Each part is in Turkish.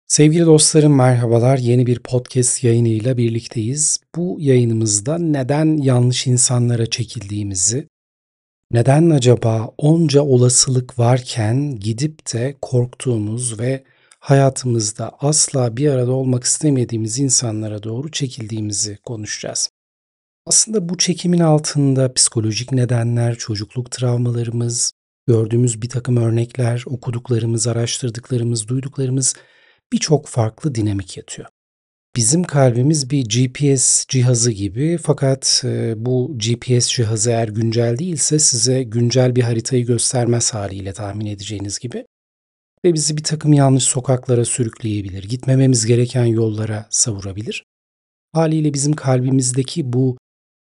Sevgili dostlarım merhabalar. Yeni bir podcast yayınıyla birlikteyiz. Bu yayınımızda neden yanlış insanlara çekildiğimizi, neden acaba onca olasılık varken gidip de korktuğumuz ve hayatımızda asla bir arada olmak istemediğimiz insanlara doğru çekildiğimizi konuşacağız. Aslında bu çekimin altında psikolojik nedenler, çocukluk travmalarımız, gördüğümüz bir takım örnekler, okuduklarımız, araştırdıklarımız, duyduklarımız birçok farklı dinamik yatıyor. Bizim kalbimiz bir GPS cihazı gibi fakat, bu GPS cihazı eğer güncel değilse size güncel bir haritayı göstermez hâliyle tahmin edeceğiniz gibi ve bizi birtakım yanlış sokaklara sürükleyebilir, gitmememiz gereken yollara savurabilir. Hâliyle bizim kalbimizdeki bu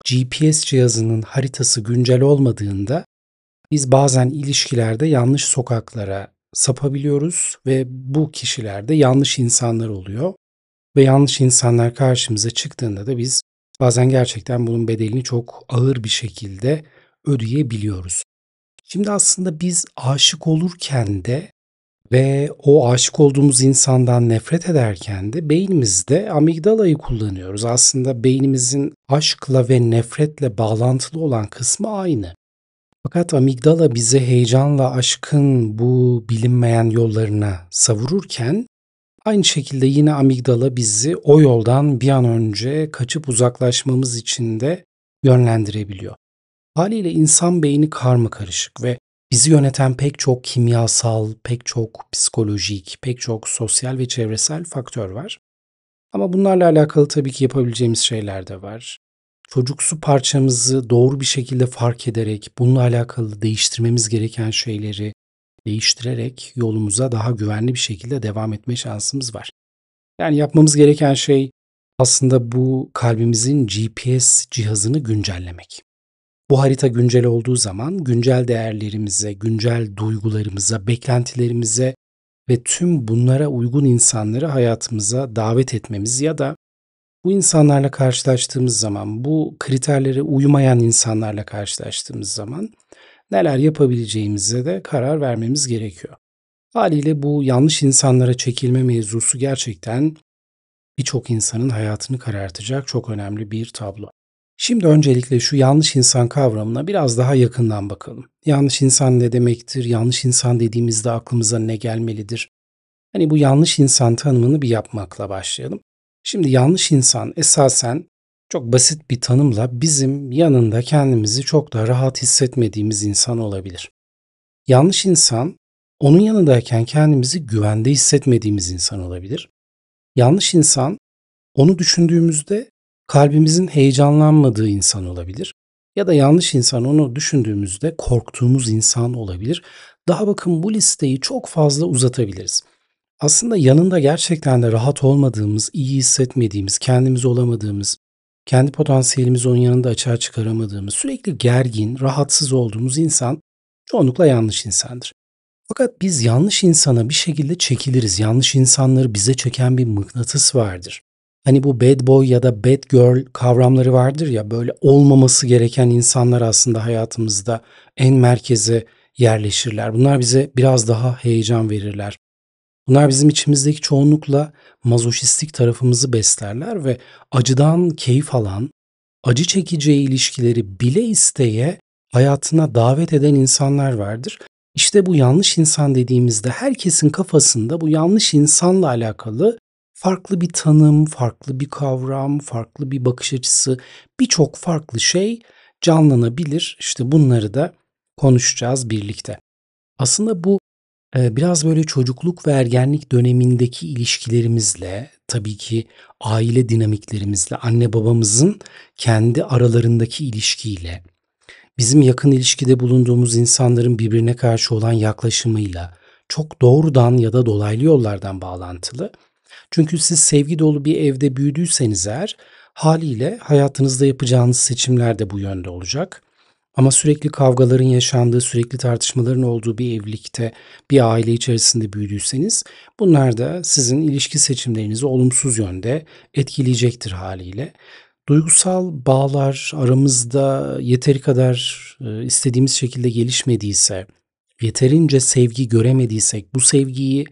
GPS cihazının haritası güncel olmadığında biz bazen ilişkilerde yanlış sokaklara sapabiliyoruz ve bu kişiler de yanlış insanlar oluyor ve yanlış insanlar karşımıza çıktığında da biz bazen gerçekten bunun bedelini çok ağır bir şekilde ödeyebiliyoruz. Şimdi aslında biz aşık olurken de ve o aşık olduğumuz insandan nefret ederken de beynimizde amigdalayı kullanıyoruz. Aslında beynimizin aşkla ve nefretle bağlantılı olan kısmı aynı. Fakat amigdala bizi heyecanla aşkın bu bilinmeyen yollarına savururken, aynı şekilde yine amigdala bizi o yoldan bir an önce kaçıp uzaklaşmamız için de yönlendirebiliyor. Hâliyle insan beyni karmakarışık ve bizi yöneten pek çok kimyasal, pek çok psikolojik, pek çok sosyal ve çevresel faktör var. Ama bunlarla alakalı tabii ki yapabileceğimiz şeyler de var. Çocuksu parçamızı doğru bir şekilde fark ederek, bununla alakalı değiştirmemiz gereken şeyleri değiştirerek yolumuza daha güvenli bir şekilde devam etme şansımız var. Yani yapmamız gereken şey aslında bu kalbimizin GPS cihazını güncellemek. Bu harita güncel olduğu zaman güncel değerlerimize, güncel duygularımıza, beklentilerimize ve tüm bunlara uygun insanları hayatımıza davet etmemiz ya da bu insanlarla karşılaştığımız zaman, bu kriterlere uymayan insanlarla karşılaştığımız zaman neler yapabileceğimize de karar vermemiz gerekiyor. Hâliyle bu yanlış insanlara çekilme mevzusu gerçekten birçok insanın hayatını karartacak çok önemli bir tablo. Şimdi öncelikle şu yanlış insan kavramına biraz daha yakından bakalım. Yanlış insan ne demektir? Yanlış insan dediğimizde aklımıza ne gelmelidir? Hani bu yanlış insan tanımını bir yapmakla başlayalım. Şimdi yanlış insan esasen çok basit bir tanımla bizim yanında kendimizi çok da rahat hissetmediğimiz insan olabilir. Yanlış insan onun yanındayken kendimizi güvende hissetmediğimiz insan olabilir. Yanlış insan onu düşündüğümüzde kalbimizin heyecanlanmadığı insan olabilir. Ya da yanlış insan onu düşündüğümüzde korktuğumuz insan olabilir. Daha bakın bu listeyi çok fazla uzatabiliriz. Aslında yanında gerçekten de rahat olmadığımız, iyi hissetmediğimiz, kendimiz olamadığımız, kendi potansiyelimizi onun yanında açığa çıkaramadığımız, sürekli gergin, rahatsız olduğumuz insan çoğunlukla yanlış insandır. Fakat biz yanlış insana bir şekilde çekiliriz. Yanlış insanları bize çeken bir mıknatıs vardır. Hani bu bad boy ya da bad girl kavramları vardır ya, böyle olmaması gereken insanlar aslında hayatımızda en merkeze yerleşirler. Bunlar bize biraz daha heyecan verirler. Bunlar bizim içimizdeki çoğunlukla mazoşistik tarafımızı beslerler ve acıdan keyif alan, acı çekeceği ilişkileri bile isteye hayatına davet eden insanlar vardır. İşte bu yanlış insan dediğimizde herkesin kafasında bu yanlış insanla alakalı farklı bir tanım, farklı bir kavram, farklı bir bakış açısı, birçok farklı şey canlanabilir. İşte bunları da konuşacağız birlikte. Aslında bu biraz böyle çocukluk ve ergenlik dönemindeki ilişkilerimizle, tabii ki aile dinamiklerimizle, anne babamızın kendi aralarındaki ilişkiyle, bizim yakın ilişkide bulunduğumuz insanların birbirine karşı olan yaklaşımıyla çok doğrudan ya da dolaylı yollardan bağlantılı. Çünkü siz sevgi dolu bir evde büyüdüyseniz eğer, hâliyle hayatınızda yapacağınız seçimler de bu yönde olacak. Ama sürekli kavgaların yaşandığı, sürekli tartışmaların olduğu bir evlilikte, bir aile içerisinde büyüdüyseniz bunlar da sizin ilişki seçimlerinizi olumsuz yönde etkileyecektir hâliyle. Duygusal bağlar aramızda yeteri kadar, istediğimiz şekilde gelişmediyse, yeterince sevgi göremediysek, bu sevgiyi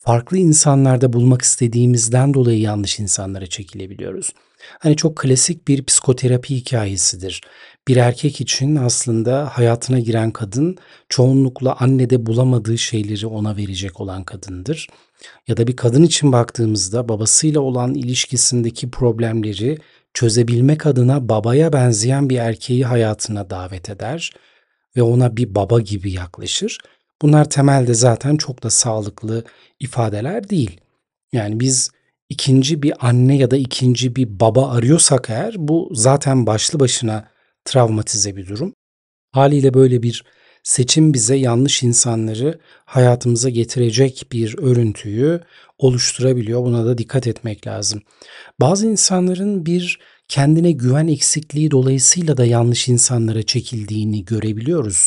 farklı insanlarda bulmak istediğimizden dolayı yanlış insanlara çekilebiliyoruz. Hani çok klasik bir psikoterapi hikâyesidir. Bir erkek için aslında hayatına giren kadın çoğunlukla annede bulamadığı şeyleri ona verecek olan kadındır. Ya da bir kadın için baktığımızda babasıyla olan ilişkisindeki problemleri çözebilmek adına babaya benzeyen bir erkeği hayatına davet eder ve ona bir baba gibi yaklaşır. Bunlar temelde zaten çok da sağlıklı ifadeler değil. Yani biz ikinci bir anne ya da ikinci bir baba arıyorsak eğer bu zaten başlı başına travmatize bir durum. Hâliyle böyle bir seçim bize yanlış insanları hayatımıza getirecek bir örüntüyü oluşturabiliyor. Buna da dikkat etmek lazım. Bazı insanların bir kendine güven eksikliği dolayısıyla da yanlış insanlara çekildiğini görebiliyoruz.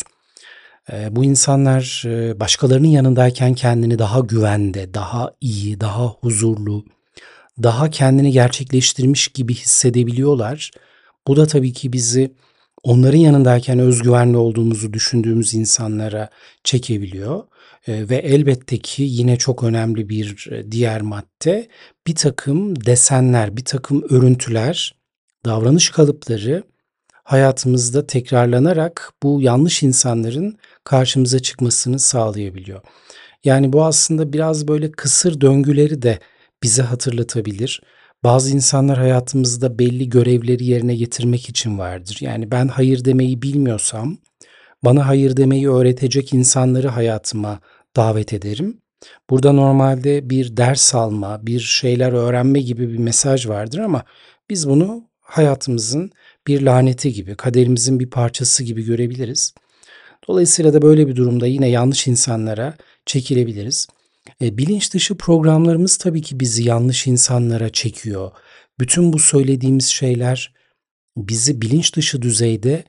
Bu insanlar, başkalarının yanındayken kendini daha güvende, daha iyi, daha huzurlu, daha kendini gerçekleştirmiş gibi hissedebiliyorlar. Bu da tabii ki bizi onların yanındayken özgüvenli olduğumuzu düşündüğümüz insanlara çekebiliyor. Ve elbette ki yine çok önemli bir, diğer madde bir takım desenler, bir takım örüntüler, davranış kalıpları hayatımızda tekrarlanarak bu yanlış insanların karşımıza çıkmasını sağlayabiliyor. Yani bu aslında biraz böyle kısır döngüleri de bize hatırlatabilir. Bazı insanlar hayatımızda belli görevleri yerine getirmek için vardır. Yani ben hayır demeyi bilmiyorsam bana hayır demeyi öğretecek insanları hayatıma davet ederim. Burada normalde bir ders alma, bir şeyler öğrenme gibi bir mesaj vardır ama biz bunu hayatımızın bir laneti gibi, kaderimizin bir parçası gibi görebiliriz. Dolayısıyla da böyle bir durumda yine yanlış insanlara çekilebiliriz. Bilinç dışı programlarımız tabii ki bizi yanlış insanlara çekiyor. Bütün bu söylediğimiz şeyler bizi bilinç dışı düzeyde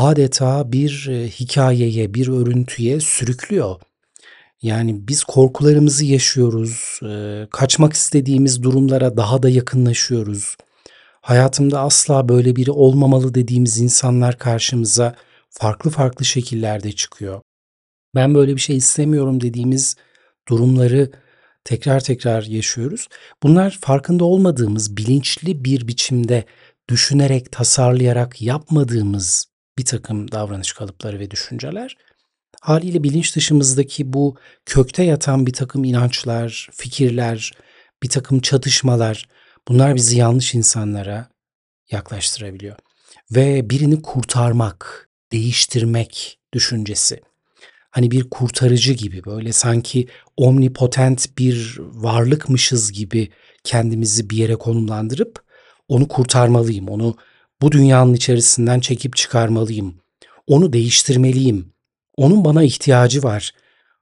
adeta bir, hikâyeye, bir örüntüye sürüklüyor. Yani biz korkularımızı yaşıyoruz, kaçmak istediğimiz durumlara daha da yakınlaşıyoruz. Hayatımda asla böyle biri olmamalı dediğimiz insanlar karşımıza farklı farklı şekillerde çıkıyor. Ben böyle bir şey istemiyorum dediğimiz durumları tekrar tekrar yaşıyoruz. Bunlar farkında olmadığımız, bilinçli bir biçimde düşünerek, tasarlayarak yapmadığımız bir takım davranış kalıpları ve düşünceler. Hâliyle bilinç dışımızdaki bu kökte yatan bir takım inançlar, fikirler, bir takım çatışmalar, bunlar bizi yanlış insanlara yaklaştırabiliyor. Ve birini kurtarmak, değiştirmek düşüncesi. Hani bir kurtarıcı gibi, böyle sanki omnipotent bir varlıkmışız gibi kendimizi bir yere konumlandırıp onu kurtarmalıyım, onu bu dünyanın içerisinden çekip çıkarmalıyım, onu değiştirmeliyim, onun bana ihtiyacı var,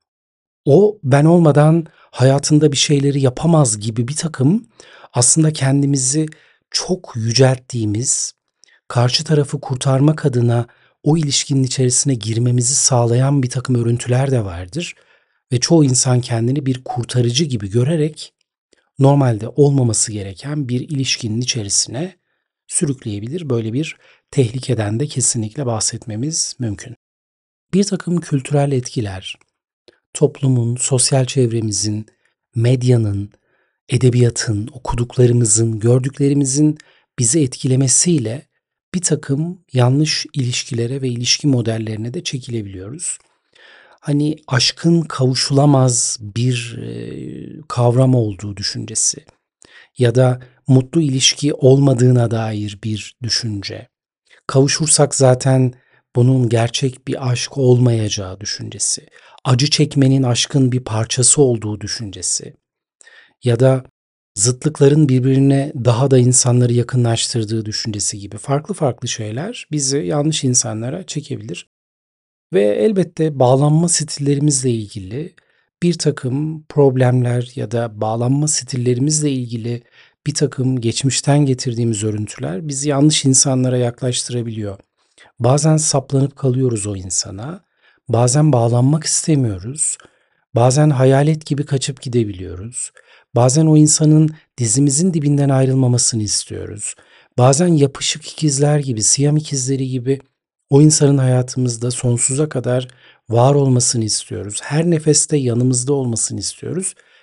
o ben olmadan hayatında bir şeyleri yapamaz gibi bir takım aslında kendimizi çok yücelttiğimiz, karşı tarafı kurtarmak adına o ilişkinin içerisine girmemizi sağlayan bir takım örüntüler de vardır ve çoğu insan kendini bir kurtarıcı gibi görerek normalde olmaması gereken bir ilişkinin içerisine sürükleyebilir. Böyle bir tehlikeden de kesinlikle bahsetmemiz mümkün. Bir takım kültürel etkiler, toplumun, sosyal çevremizin, medyanın, edebiyatın, okuduklarımızın, gördüklerimizin bizi etkilemesiyle bir takım yanlış ilişkilere ve ilişki modellerine de çekilebiliyoruz. Hani aşkın kavuşulamaz bir, kavram olduğu düşüncesi ya da mutlu ilişki olmadığına dair bir düşünce. Kavuşursak zaten bunun gerçek bir aşk olmayacağı düşüncesi. Acı çekmenin aşkın bir parçası olduğu düşüncesi ya da zıtlıkların birbirine daha da insanları yakınlaştırdığı düşüncesi gibi farklı farklı şeyler bizi yanlış insanlara çekebilir. Ve elbette bağlanma stillerimizle ilgili bir takım problemler ya da bağlanma stillerimizle ilgili bir takım geçmişten getirdiğimiz örüntüler bizi yanlış insanlara yaklaştırabiliyor. Bazen saplanıp kalıyoruz o insana, bazen bağlanmak istemiyoruz, bazen hayalet gibi kaçıp gidebiliyoruz, bazen o insanın dizimizin dibinden ayrılmamasını istiyoruz, bazen yapışık ikizler gibi, Siyam ikizleri gibi o insanın hayatımızda sonsuza kadar var olmasını istiyoruz. Her nefeste yanımızda olmasını istiyoruz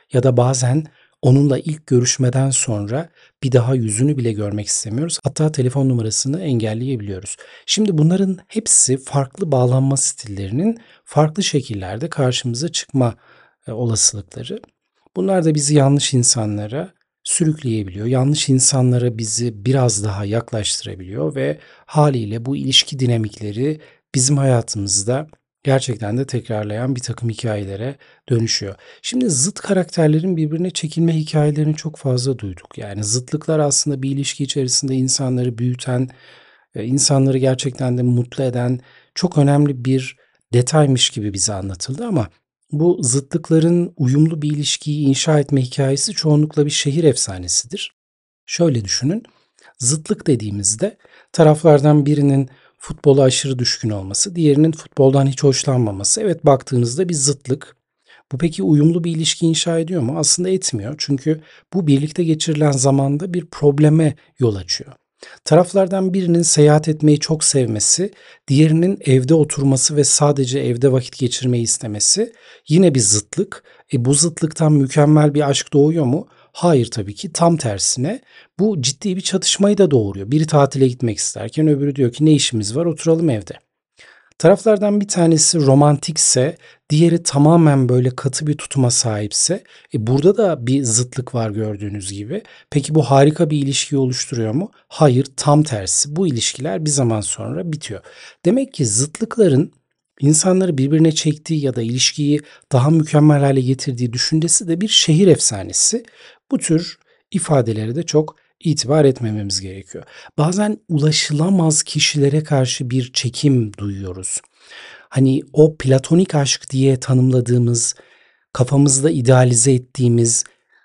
ya da bazen onunla ilk görüşmeden sonra bir daha yüzünü bile görmek istemiyoruz. Hatta telefon numarasını engelleyebiliyoruz. Şimdi bunların hepsi farklı bağlanma stillerinin farklı şekillerde karşımıza çıkma olasılıkları. Bunlar da bizi yanlış insanlara sürükleyebiliyor. Yanlış insanlara bizi biraz daha yaklaştırabiliyor ve haliyle bu ilişki dinamikleri bizim hayatımızda gerçekten de tekrarlayan bir takım hikayelere dönüşüyor. Şimdi zıt karakterlerin birbirine çekilme hikayelerini çok fazla duyduk. Yani zıtlıklar aslında bir ilişki içerisinde insanları büyüten, insanları gerçekten de mutlu eden çok önemli bir detaymış gibi bize anlatıldı ama bu zıtlıkların uyumlu bir ilişkiyi inşa etme hikâyesi çoğunlukla bir şehir efsanesidir. Şöyle düşünün, zıtlık dediğimizde taraflardan birinin futbola aşırı düşkün olması, diğerinin futboldan hiç hoşlanmaması. Evet, baktığınızda bir zıtlık. Bu peki uyumlu bir ilişki inşa ediyor mu? Aslında etmiyor. Çünkü bu birlikte geçirilen zamanda bir probleme yol açıyor. Taraflardan birinin seyahat etmeyi çok sevmesi, diğerinin evde oturması ve sadece evde vakit geçirmeyi istemesi yine bir zıtlık. Bu zıtlıktan mükemmel bir aşk doğuyor mu? Hayır, tabii ki tam tersine bu ciddi bir çatışmayı da doğuruyor. Biri tatile gitmek isterken öbürü diyor ki ne işimiz var, oturalım evde. Taraflardan bir tanesi romantikse, diğeri tamamen böyle katı bir tutuma sahipse, burada da bir zıtlık var gördüğünüz gibi. Peki bu harika bir ilişkiyi oluşturuyor mu? Hayır, tam tersi. Bu ilişkiler bir zaman sonra bitiyor. Demek ki zıtlıkların insanları birbirine çektiği ya da ilişkiyi daha mükemmel hale getirdiği düşüncesi de bir şehir efsanesi. Bu tür ifadelere de çok itibar etmememiz gerekiyor. Bazen ulaşılamaz kişilere karşı bir çekim duyuyoruz. Hani o platonik aşk diye tanımladığımız, kafamızda idealize ettiğimiz,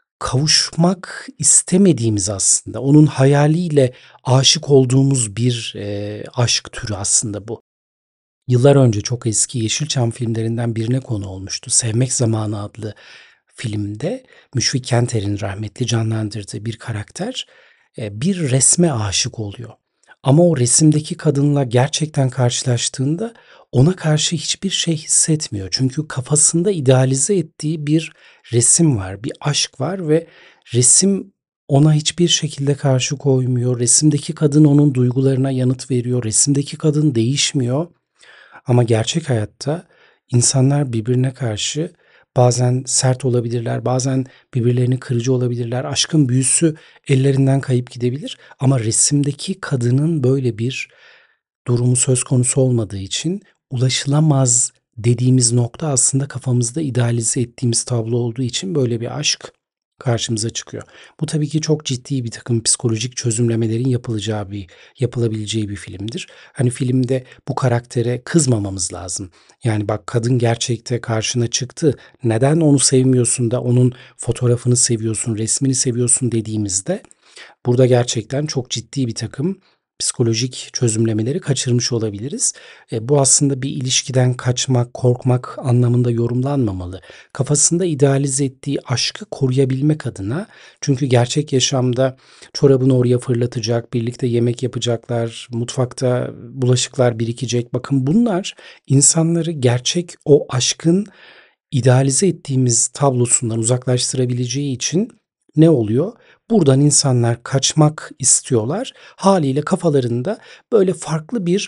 kavuşmak istemediğimiz aslında, onun hayaliyle aşık olduğumuz bir, aşk türü aslında bu. Yıllar önce çok eski Yeşilçam filmlerinden birine konu olmuştu. Sevmek Zamanı adlı filmde Müşfik Kenter'in rahmetli canlandırdığı bir karakter, bir resme aşık oluyor. Ama o resimdeki kadınla gerçekten karşılaştığında ona karşı hiçbir şey hissetmiyor. Çünkü kafasında idealize ettiği bir resim var, bir aşk var ve resim ona hiçbir şekilde karşı koymuyor. Resimdeki kadın onun duygularına yanıt veriyor. Resimdeki kadın değişmiyor. Ama gerçek hayatta insanlar birbirine karşı bazen sert olabilirler, bazen birbirlerini kırıcı olabilirler. Aşkın büyüsü ellerinden kayıp gidebilir ama resimdeki kadının böyle bir durumu söz konusu olmadığı için ulaşılamaz dediğimiz nokta aslında kafamızda idealize ettiğimiz tablo olduğu için böyle bir aşk karşımıza çıkıyor. Bu tabii ki çok ciddi bir takım psikolojik çözümlemelerin yapılabileceği bir filmdir. Hani filmde bu karaktere kızmamamız lazım. Yani bak kadın gerçekte karşına çıktı. Neden onu sevmiyorsun da onun fotoğrafını seviyorsun, resmini seviyorsun dediğimizde burada gerçekten çok ciddi bir takım psikolojik çözümlemeleri kaçırmış olabiliriz. Bu aslında bir ilişkiden kaçmak, korkmak anlamında yorumlanmamalı. Kafasında idealize ettiği aşkı koruyabilmek adına çünkü gerçek yaşamda çorabını oraya fırlatacak, birlikte yemek yapacaklar, mutfakta bulaşıklar birikecek. Bakın bunlar insanları gerçek o aşkın idealize ettiğimiz tablosundan uzaklaştırabileceği için ne oluyor? Buradan insanlar kaçmak istiyorlar. Hâliyle kafalarında böyle farklı bir,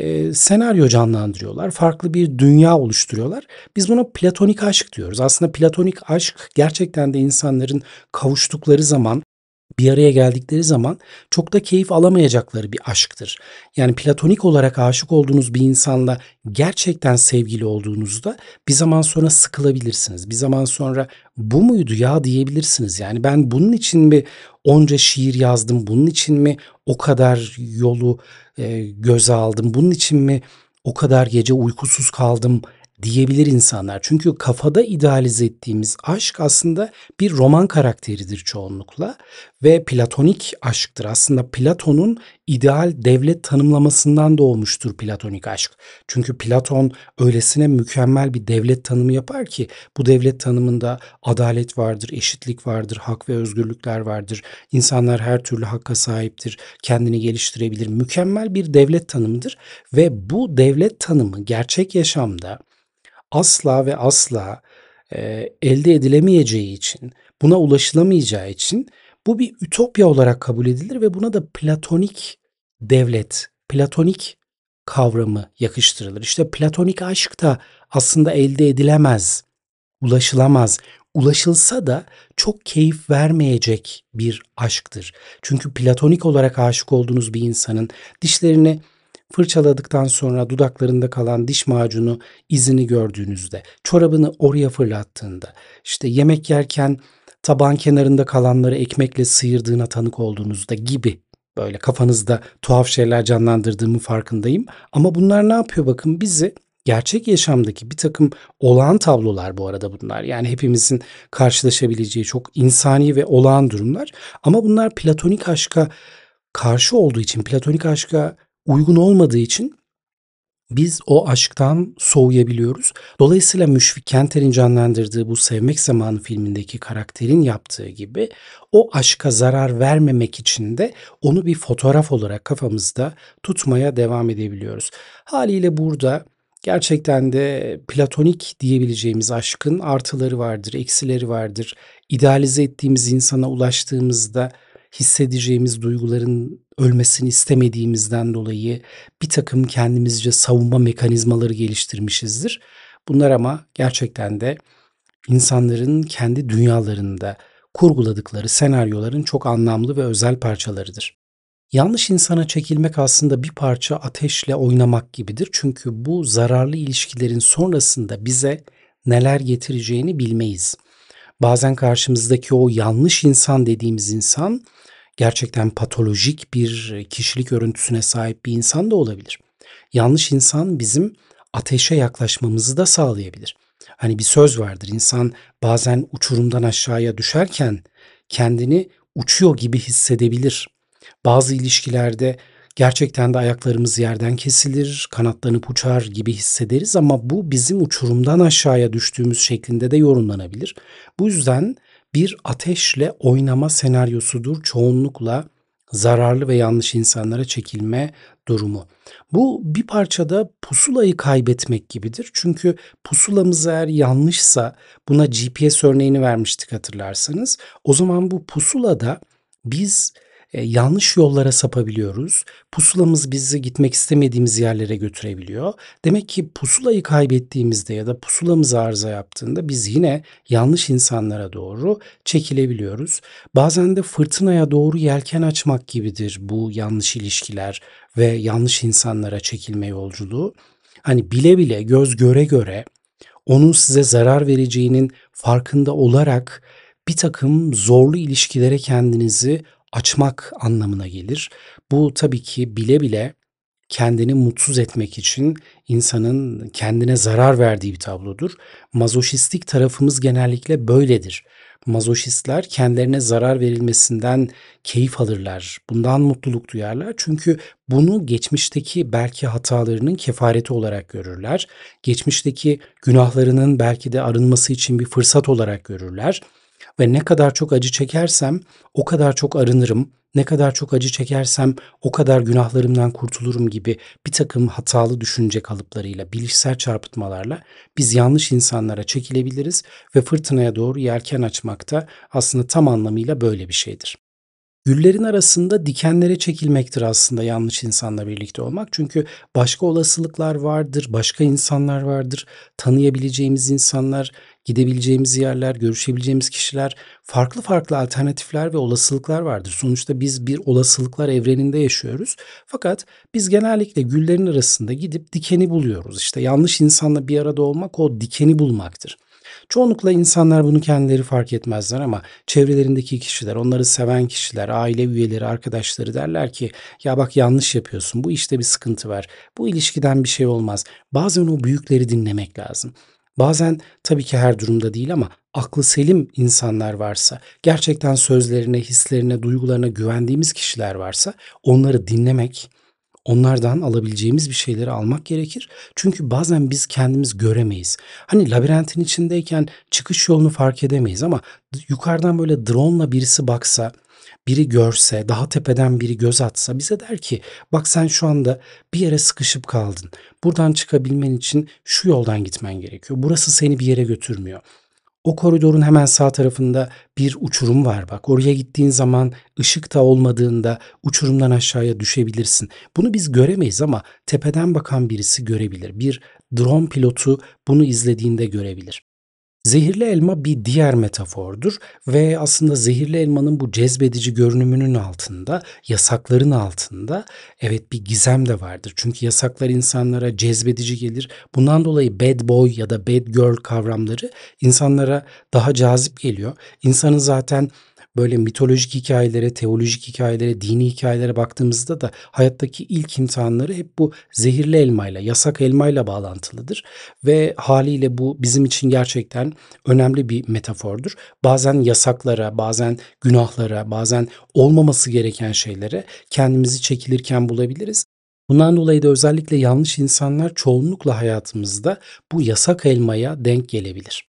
senaryo canlandırıyorlar. Farklı bir dünya oluşturuyorlar. Biz buna platonik aşk diyoruz. Aslında platonik aşk gerçekten de insanların kavuştukları zaman bir araya geldikleri zaman çok da keyif alamayacakları bir aşktır. Yani platonik olarak aşık olduğunuz bir insanla gerçekten sevgili olduğunuzda bir zaman sonra sıkılabilirsiniz. Bir zaman sonra "Bu muydu ya?" diyebilirsiniz. Yani ben bunun için mi onca şiir yazdım, bunun için mi o kadar yolu, göze aldım, bunun için mi o kadar gece uykusuz kaldım diyebilir insanlar. Çünkü kafada idealize ettiğimiz aşk aslında bir roman karakteridir çoğunlukla ve platonik aşktır. Aslında Platon'un ideal devlet tanımlamasından doğmuştur platonik aşk. Çünkü Platon öylesine mükemmel bir devlet tanımı yapar ki bu devlet tanımında adalet vardır, eşitlik vardır, hak ve özgürlükler vardır. İnsanlar her türlü hakka sahiptir, kendini geliştirebilir. Mükemmel bir devlet tanımıdır ve bu devlet tanımı gerçek yaşamda asla ve asla, elde edilemeyeceği için, buna ulaşılamayacağı için bu bir ütopya olarak kabul edilir ve buna da platonik devlet, platonik kavramı yakıştırılır. İşte platonik aşk da aslında elde edilemez, ulaşılamaz. Ulaşılsa da çok keyif vermeyecek bir aşktır. Çünkü platonik olarak aşık olduğunuz bir insanın dişlerini fırçaladıktan sonra dudaklarında kalan diş macunu izini gördüğünüzde, çorabını oraya fırlattığında, işte yemek yerken tabağın kenarında kalanları ekmekle sıyırdığına tanık olduğunuzda gibi böyle kafanızda tuhaf şeyler canlandırdığımın farkındayım. Ama bunlar ne yapıyor bakın bizi gerçek yaşamdaki bir takım olağan tablolar bu arada bunlar. Yani hepimizin karşılaşabileceği çok insani ve olağan durumlar. Ama bunlar platonik aşka karşı olduğu için, platonik aşka uygun olmadığı için biz o aşktan soğuyabiliyoruz. Dolayısıyla Müşfik Kenter'in canlandırdığı bu Sevmek Zamanı filmindeki karakterin yaptığı gibi o aşka zarar vermemek için de onu bir fotoğraf olarak kafamızda tutmaya devam edebiliyoruz. Haliyle burada gerçekten de platonik diyebileceğimiz aşkın artıları vardır, eksileri vardır. İdealize ettiğimiz insana ulaştığımızda hissedeceğimiz duyguların ölmesini istemediğimizden dolayı bir takım kendimizce savunma mekanizmaları geliştirmişizdir. Bunlar ama gerçekten de insanların kendi dünyalarında kurguladıkları senaryoların çok anlamlı ve özel parçalarıdır. Yanlış insana çekilmek aslında bir parça ateşle oynamak gibidir. Çünkü bu zararlı ilişkilerin sonrasında bize neler getireceğini bilmeyiz. Bazen karşımızdaki o yanlış insan dediğimiz insan gerçekten patolojik bir kişilik örüntüsüne sahip bir insan da olabilir. Yanlış insan bizim ateşe yaklaşmamızı da sağlayabilir. Hani bir söz vardır, insan bazen uçurumdan aşağıya düşerken kendini uçuyor gibi hissedebilir. Bazı ilişkilerde gerçekten de ayaklarımız yerden kesilir, kanatlanıp uçar gibi hissederiz ama bu bizim uçurumdan aşağıya düştüğümüz şeklinde de yorumlanabilir. Bu yüzden bir ateşle oynama senaryosudur çoğunlukla zararlı ve yanlış insanlara çekilme durumu. Bu bir parçada pusulayı kaybetmek gibidir. Çünkü pusulamız eğer yanlışsa, buna GPS örneğini vermiştik hatırlarsanız. O zaman bu pusulada biz yanlış yollara sapabiliyoruz. Pusulamız bizi gitmek istemediğimiz yerlere götürebiliyor. Demek ki pusulayı kaybettiğimizde ya da pusulamız arıza yaptığında biz yine yanlış insanlara doğru çekilebiliyoruz. Bazen de fırtınaya doğru yelken açmak gibidir bu yanlış ilişkiler ve yanlış insanlara çekilme yolculuğu. Hani bile bile, göz göre göre onun size zarar vereceğinin farkında olarak bir takım zorlu ilişkilere kendinizi açmak anlamına gelir. Bu tabii ki bile bile kendini mutsuz etmek için insanın kendine zarar verdiği bir tablodur. Mazoşistik tarafımız genellikle böyledir. Mazoşistler kendilerine zarar verilmesinden keyif alırlar. Bundan mutluluk duyarlar. Çünkü bunu geçmişteki belki hatalarının kefareti olarak görürler. Geçmişteki günahlarının belki de arınması için bir fırsat olarak görürler. Ve ne kadar çok acı çekersem o kadar çok arınırım. Ne kadar çok acı çekersem o kadar günahlarımdan kurtulurum gibi bir takım hatalı düşünce kalıplarıyla, bilişsel çarpıtmalarla biz yanlış insanlara çekilebiliriz ve fırtınaya doğru yelken açmak da aslında tam anlamıyla böyle bir şeydir. Güllerin arasında dikenlere çekilmektir aslında yanlış insanla birlikte olmak. Çünkü başka olasılıklar vardır, başka insanlar vardır, tanıyabileceğimiz insanlar, gidebileceğimiz yerler, görüşebileceğimiz kişiler, farklı farklı alternatifler ve olasılıklar vardır. Sonuçta biz bir olasılıklar evreninde yaşıyoruz. Fakat biz genellikle güllerin arasında gidip dikeni buluyoruz. İşte yanlış insanla bir arada olmak o dikeni bulmaktır. Çoğunlukla insanlar bunu kendileri fark etmezler ama çevrelerindeki kişiler, onları seven kişiler, aile üyeleri, arkadaşları derler ki ya bak yanlış yapıyorsun, bu işte bir sıkıntı var, bu ilişkiden bir şey olmaz. Bazen o büyükleri dinlemek lazım. Bazen tabii ki her durumda değil ama aklı selim insanlar varsa, gerçekten sözlerine, hislerine, duygularına güvendiğimiz kişiler varsa onları dinlemek, onlardan alabileceğimiz bir şeyleri almak gerekir. Çünkü bazen biz kendimiz göremeyiz. Hani labirentin içindeyken çıkış yolunu fark edemeyiz ama yukarıdan böyle drone'la birisi baksa, biri görse, daha tepeden biri göz atsa bize der ki bak sen şu anda bir yere sıkışıp kaldın. Buradan çıkabilmen için şu yoldan gitmen gerekiyor. Burası seni bir yere götürmüyor. O koridorun hemen sağ tarafında bir uçurum var bak. Oraya gittiğin zaman ışık da olmadığında uçurumdan aşağıya düşebilirsin. Bunu biz göremeyiz ama tepeden bakan birisi görebilir. Bir drone pilotu bunu izlediğinde görebilir. Zehirli elma bir diğer metafordur ve aslında zehirli elmanın bu cezbedici görünümünün altında, yasakların altında evet bir gizem de vardır. Çünkü yasaklar insanlara cezbedici gelir. Bundan dolayı bad boy ya da bad girl kavramları insanlara daha cazip geliyor. İnsanın zaten böyle mitolojik hikayelere, teolojik hikayelere, dini hikayelere baktığımızda da hayattaki ilk imtihanları hep bu zehirli elmayla, yasak elmayla bağlantılıdır ve haliyle bu bizim için gerçekten önemli bir metafordur. Bazen yasaklara, bazen günahlara, bazen olmaması gereken şeylere kendimizi çekilirken bulabiliriz. Bundan dolayı da özellikle yanlış insanlar çoğunlukla hayatımızda bu yasak elmaya denk gelebilir.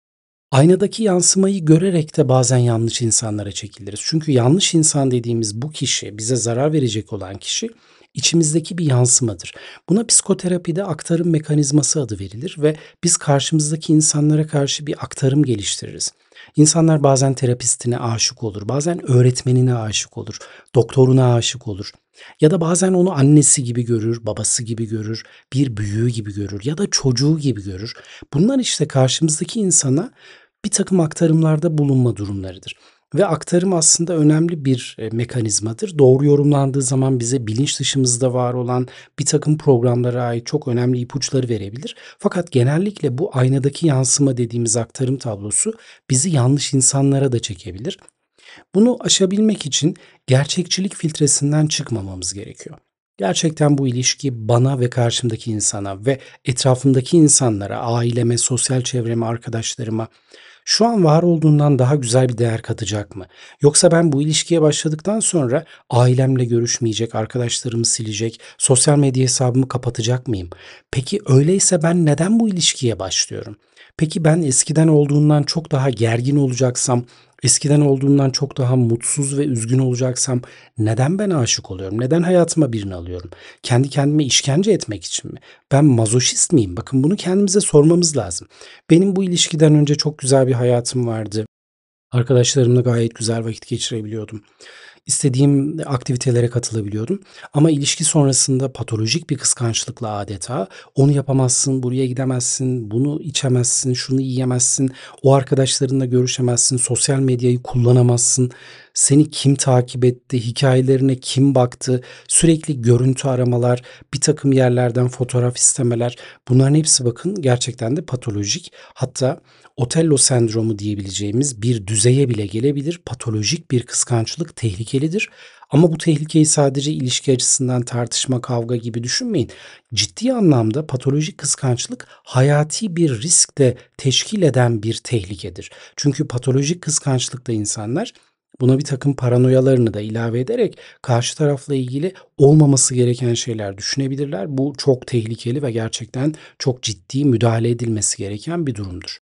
Aynadaki yansımayı görerek de bazen yanlış insanlara çekiliriz. Çünkü yanlış insan dediğimiz bu kişi, bize zarar verecek olan kişi içimizdeki bir yansımadır. Buna psikoterapide aktarım mekanizması adı verilir ve biz karşımızdaki insanlara karşı bir aktarım geliştiririz. İnsanlar bazen terapistine aşık olur, bazen öğretmenine aşık olur, doktoruna aşık olur ya da bazen onu annesi gibi görür, babası gibi görür, bir büyüğü gibi görür ya da çocuğu gibi görür. Bunlar işte karşımızdaki insana bir takım aktarımlarda bulunma durumlarıdır ve aktarım aslında önemli bir, mekanizmadır. Doğru yorumlandığı zaman bize bilinç dışımızda var olan bir takım programlara ait çok önemli ipuçları verebilir. Fakat genellikle bu aynadaki yansıma dediğimiz aktarım tablosu bizi yanlış insanlara da çekebilir. Bunu aşabilmek için gerçekçilik filtresinden çıkmamamız gerekiyor. Gerçekten bu ilişki bana ve karşımdaki insana ve etrafımdaki insanlara, aileme, sosyal çevreme, arkadaşlarıma şu an var olduğundan daha güzel bir değer katacak mı? Yoksa ben bu ilişkiye başladıktan sonra ailemle görüşmeyecek, arkadaşlarımı silecek, sosyal medya hesabımı kapatacak mıyım? Peki öyleyse ben neden bu ilişkiye başlıyorum? Peki ben eskiden olduğundan çok daha gergin olacaksam, eskiden olduğundan çok daha mutsuz ve üzgün olacaksam neden ben aşık oluyorum? Neden hayatıma birini alıyorum? Kendi kendime işkence etmek için mi? Ben mazoşist miyim? Bakın bunu kendimize sormamız lazım. Benim bu ilişkiden önce çok güzel bir hayatım vardı. Arkadaşlarımla gayet güzel vakit geçirebiliyordum. İstediğim aktivitelere katılabiliyordum ama ilişki sonrasında patolojik bir kıskançlıkla adeta onu yapamazsın, buraya gidemezsin, bunu içemezsin, şunu yiyemezsin, o arkadaşlarınla görüşemezsin, sosyal medyayı kullanamazsın, seni kim takip etti, hikayelerine kim baktı, sürekli görüntü aramalar, bir takım yerlerden fotoğraf istemeler bunların hepsi bakın gerçekten de patolojik. Hatta Otello sendromu diyebileceğimiz bir düzeye bile gelebilir. Patolojik bir kıskançlık tehlikelidir. Ama bu tehlikeyi sadece ilişki açısından tartışma, kavga gibi düşünmeyin. Ciddi anlamda patolojik kıskançlık hayati bir risk de teşkil eden bir tehlikedir. Çünkü patolojik kıskançlıkta insanlar buna bir takım paranoyalarını da ilave ederek karşı tarafla ilgili olmaması gereken şeyler düşünebilirler. Bu çok tehlikeli ve gerçekten çok ciddi müdahale edilmesi gereken bir durumdur.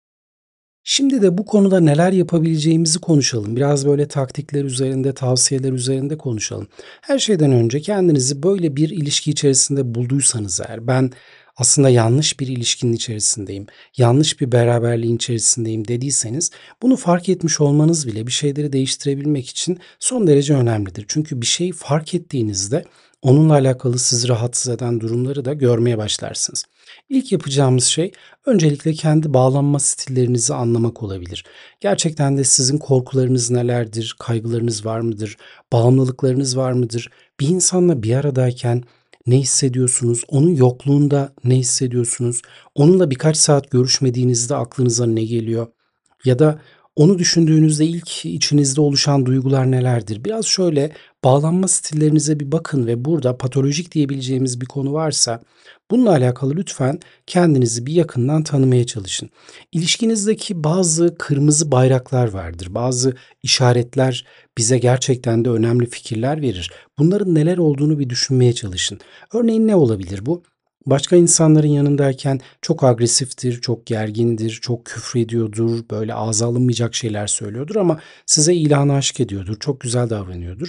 Şimdi de bu konuda neler yapabileceğimizi konuşalım. Biraz böyle taktikler üzerinde, tavsiyeler üzerinde konuşalım. Her şeyden önce kendinizi böyle bir ilişki içerisinde bulduysanız eğer, ben aslında yanlış bir ilişkinin içerisindeyim, yanlış bir beraberliğin içerisindeyim dediyseniz, bunu fark etmiş olmanız bile bir şeyleri değiştirebilmek için son derece önemlidir. Çünkü bir şeyi fark ettiğinizde onunla alakalı sizi rahatsız eden durumları da görmeye başlarsınız. İlk yapacağımız şey öncelikle kendi bağlanma stillerinizi anlamak olabilir. Gerçekten de sizin korkularınız nelerdir, kaygılarınız var mıdır, bağımlılıklarınız var mıdır? Bir insanla bir aradayken ne hissediyorsunuz? Onun yokluğunda ne hissediyorsunuz? Onunla birkaç saat görüşmediğinizde aklınıza ne geliyor? Ya da onu düşündüğünüzde ilk içinizde oluşan duygular nelerdir? Biraz şöyle bağlanma stillerinize bir bakın ve burada patolojik diyebileceğimiz bir konu varsa bununla alakalı lütfen kendinizi bir yakından tanımaya çalışın. İlişkinizdeki bazı kırmızı bayraklar vardır. Bazı işaretler bize gerçekten de önemli fikirler verir. Bunların neler olduğunu bir düşünmeye çalışın. Örneğin ne olabilir bu? Başka insanların yanındayken çok agresiftir, çok gergindir, çok küfrediyordur, böyle ağza alınmayacak şeyler söylüyordur ama size ilanı aşk ediyordur, çok güzel davranıyordur.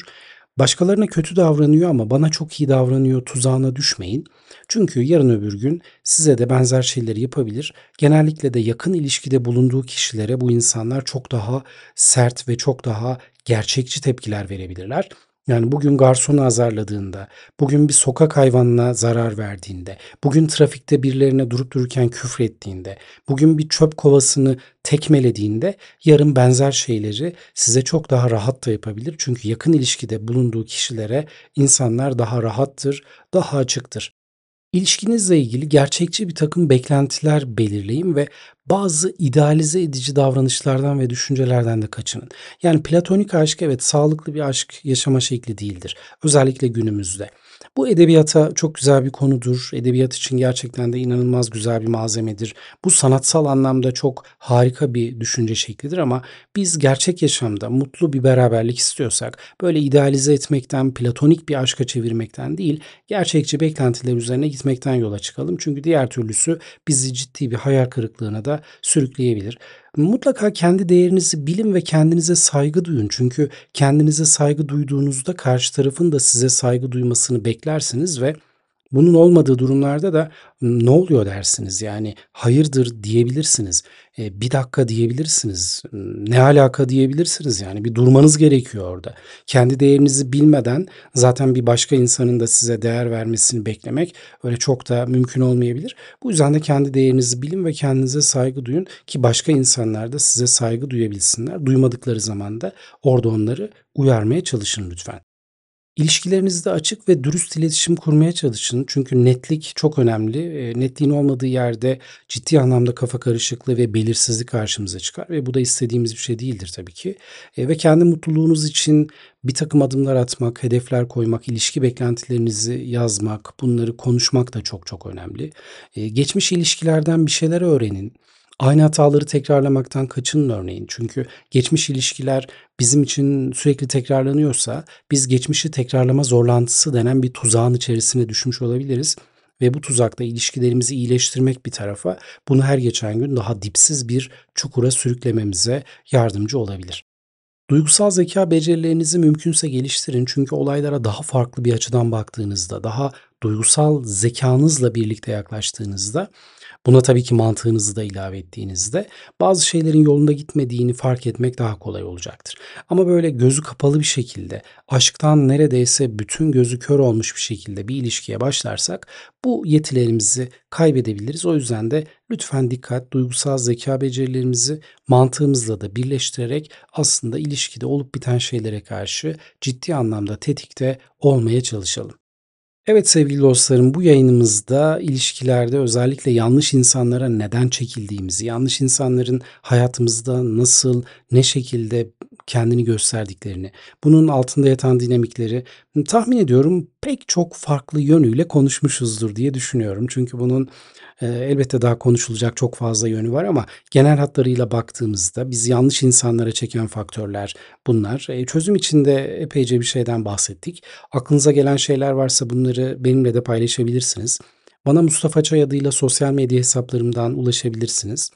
Başkalarına kötü davranıyor ama bana çok iyi davranıyor tuzağına düşmeyin. Çünkü yarın öbür gün size de benzer şeyleri yapabilir. Genellikle de yakın ilişkide bulunduğu kişilere bu insanlar çok daha sert ve çok daha gerçekçi tepkiler verebilirler. Yani bugün garsonu azarladığında, bugün bir sokak hayvanına zarar verdiğinde, bugün trafikte birilerine durup dururken küfrettiğinde, bugün bir çöp kovasını tekmelediğinde yarın benzer şeyleri size çok daha rahat da yapabilir. Çünkü yakın ilişkide bulunduğu kişilere insanlar daha rahattır, daha açıktır. İlişkinizle ilgili gerçekçi bir takım beklentiler belirleyin ve bazı idealize edici davranışlardan ve düşüncelerden de kaçının. Yani platonik aşk evet sağlıklı bir aşk yaşama şekli değildir. Özellikle günümüzde. Bu edebiyata çok güzel bir konudur. Edebiyat için gerçekten de inanılmaz güzel bir malzemedir. Bu sanatsal anlamda çok harika bir düşünce şeklidir ama biz gerçek yaşamda mutlu bir beraberlik istiyorsak böyle idealize etmekten, platonik bir aşka çevirmekten değil, gerçekçi beklentiler üzerine gitmekten yola çıkalım. Çünkü diğer türlüsü bizi ciddi bir hayal kırıklığına da sürükleyebilir. Mutlaka kendi değerinizi bilin ve kendinize saygı duyun. Çünkü kendinize saygı duyduğunuzda karşı tarafın da size saygı duymasını beklersiniz ve bunun olmadığı durumlarda da "Ne oluyor?" dersiniz. Yani "Hayırdır?" diyebilirsiniz. "Bir dakika." diyebilirsiniz. "Ne alaka?" diyebilirsiniz. Yani bir durmanız gerekiyor orada. Kendi değerinizi bilmeden zaten bir başka insanın da size değer vermesini beklemek öyle çok da mümkün olmayabilir. Bu yüzden de kendi değerinizi bilin ve kendinize saygı duyun ki başka insanlar da size saygı duyabilsinler. Duymadıkları zaman da orada onları uyarmaya çalışın lütfen. İlişkilerinizde açık ve dürüst iletişim kurmaya çalışın. Çünkü netlik çok önemli. Netliğin olmadığı yerde ciddi anlamda kafa karışıklığı ve belirsizlik karşımıza çıkar ve bu da istediğimiz bir şey değildir tabii ki. Ve kendi mutluluğunuz için bir takım adımlar atmak, hedefler koymak, ilişki beklentilerinizi yazmak, bunları konuşmak da çok çok önemli. Geçmiş ilişkilerden bir şeyler öğrenin. Aynı hataları tekrarlamaktan kaçının örneğin. Çünkü geçmiş ilişkiler bizim için sürekli tekrarlanıyorsa biz geçmişi tekrarlama zorlantısı denen bir tuzağın içerisine düşmüş olabiliriz ve bu tuzakta ilişkilerimizi iyileştirmek bir tarafa, bunu her geçen gün daha dipsiz bir çukura sürüklememize yardımcı olabilir. Duygusal zeka becerilerinizi mümkünse geliştirin çünkü olaylara daha farklı bir açıdan baktığınızda, daha duygusal zekanızla birlikte yaklaştığınızda buna tabii ki mantığınızı da ilave ettiğinizde bazı şeylerin yolunda gitmediğini fark etmek daha kolay olacaktır. Ama böyle gözü kapalı bir şekilde, aşktan neredeyse bütün gözü kör olmuş bir şekilde bir ilişkiye başlarsak bu yetilerimizi kaybedebiliriz. O yüzden de lütfen dikkat, duygusal zeka becerilerimizi mantığımızla da birleştirerek aslında ilişkide olup biten şeylere karşı ciddi anlamda tetikte olmaya çalışalım. Evet sevgili dostlarım, bu yayınımızda ilişkilerde özellikle yanlış insanlara neden çekildiğimizi, yanlış insanların hayatımızda nasıl, ne şekilde kendini gösterdiklerini, bunun altında yatan dinamikleri tahmin ediyorum pek çok farklı yönüyle konuşmuşuzdur diye düşünüyorum. Çünkü bunun elbette daha konuşulacak çok fazla yönü var ama genel hatlarıyla baktığımızda bizi yanlış insanlara çeken faktörler bunlar. Çözüm için de epeyce bir şeyden bahsettik. Aklınıza gelen şeyler varsa bunları benimle de paylaşabilirsiniz. Bana Mustafa Çay adıyla sosyal medya hesaplarımdan ulaşabilirsiniz.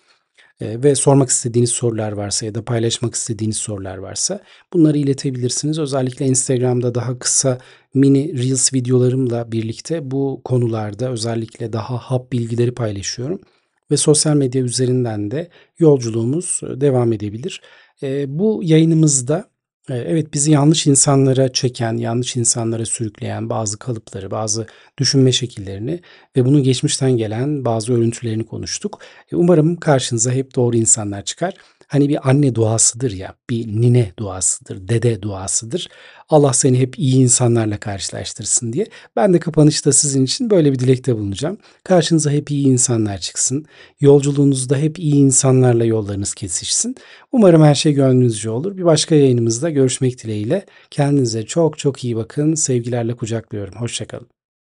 Ve sormak istediğiniz sorular varsa ya da paylaşmak istediğiniz sorular varsa bunları iletebilirsiniz. Özellikle Instagram'da daha kısa mini reels videolarımla birlikte bu konularda özellikle daha hap bilgileri paylaşıyorum ve sosyal medya üzerinden de yolculuğumuz devam edebilir. Bu yayınımızda, evet, bizi yanlış insanlara çeken, yanlış insanlara sürükleyen bazı kalıpları, bazı düşünme şekillerini ve bunun geçmişten gelen bazı örüntülerini konuştuk. Umarım karşınıza hep doğru insanlar çıkar. Hani bir anne duasıdır ya, bir nine duasıdır, dede duasıdır. Allah seni hep iyi insanlarla karşılaştırsın diye. Ben de kapanışta sizin için böyle bir dilekte bulunacağım. Karşınıza hep iyi insanlar çıksın. Yolculuğunuzda hep iyi insanlarla yollarınız kesişsin. Umarım her şey gönlünüzce olur. Bir başka yayınımızda görüşmek dileğiyle. Kendinize çok çok iyi bakın. Sevgilerle kucaklıyorum. Hoşça kalın.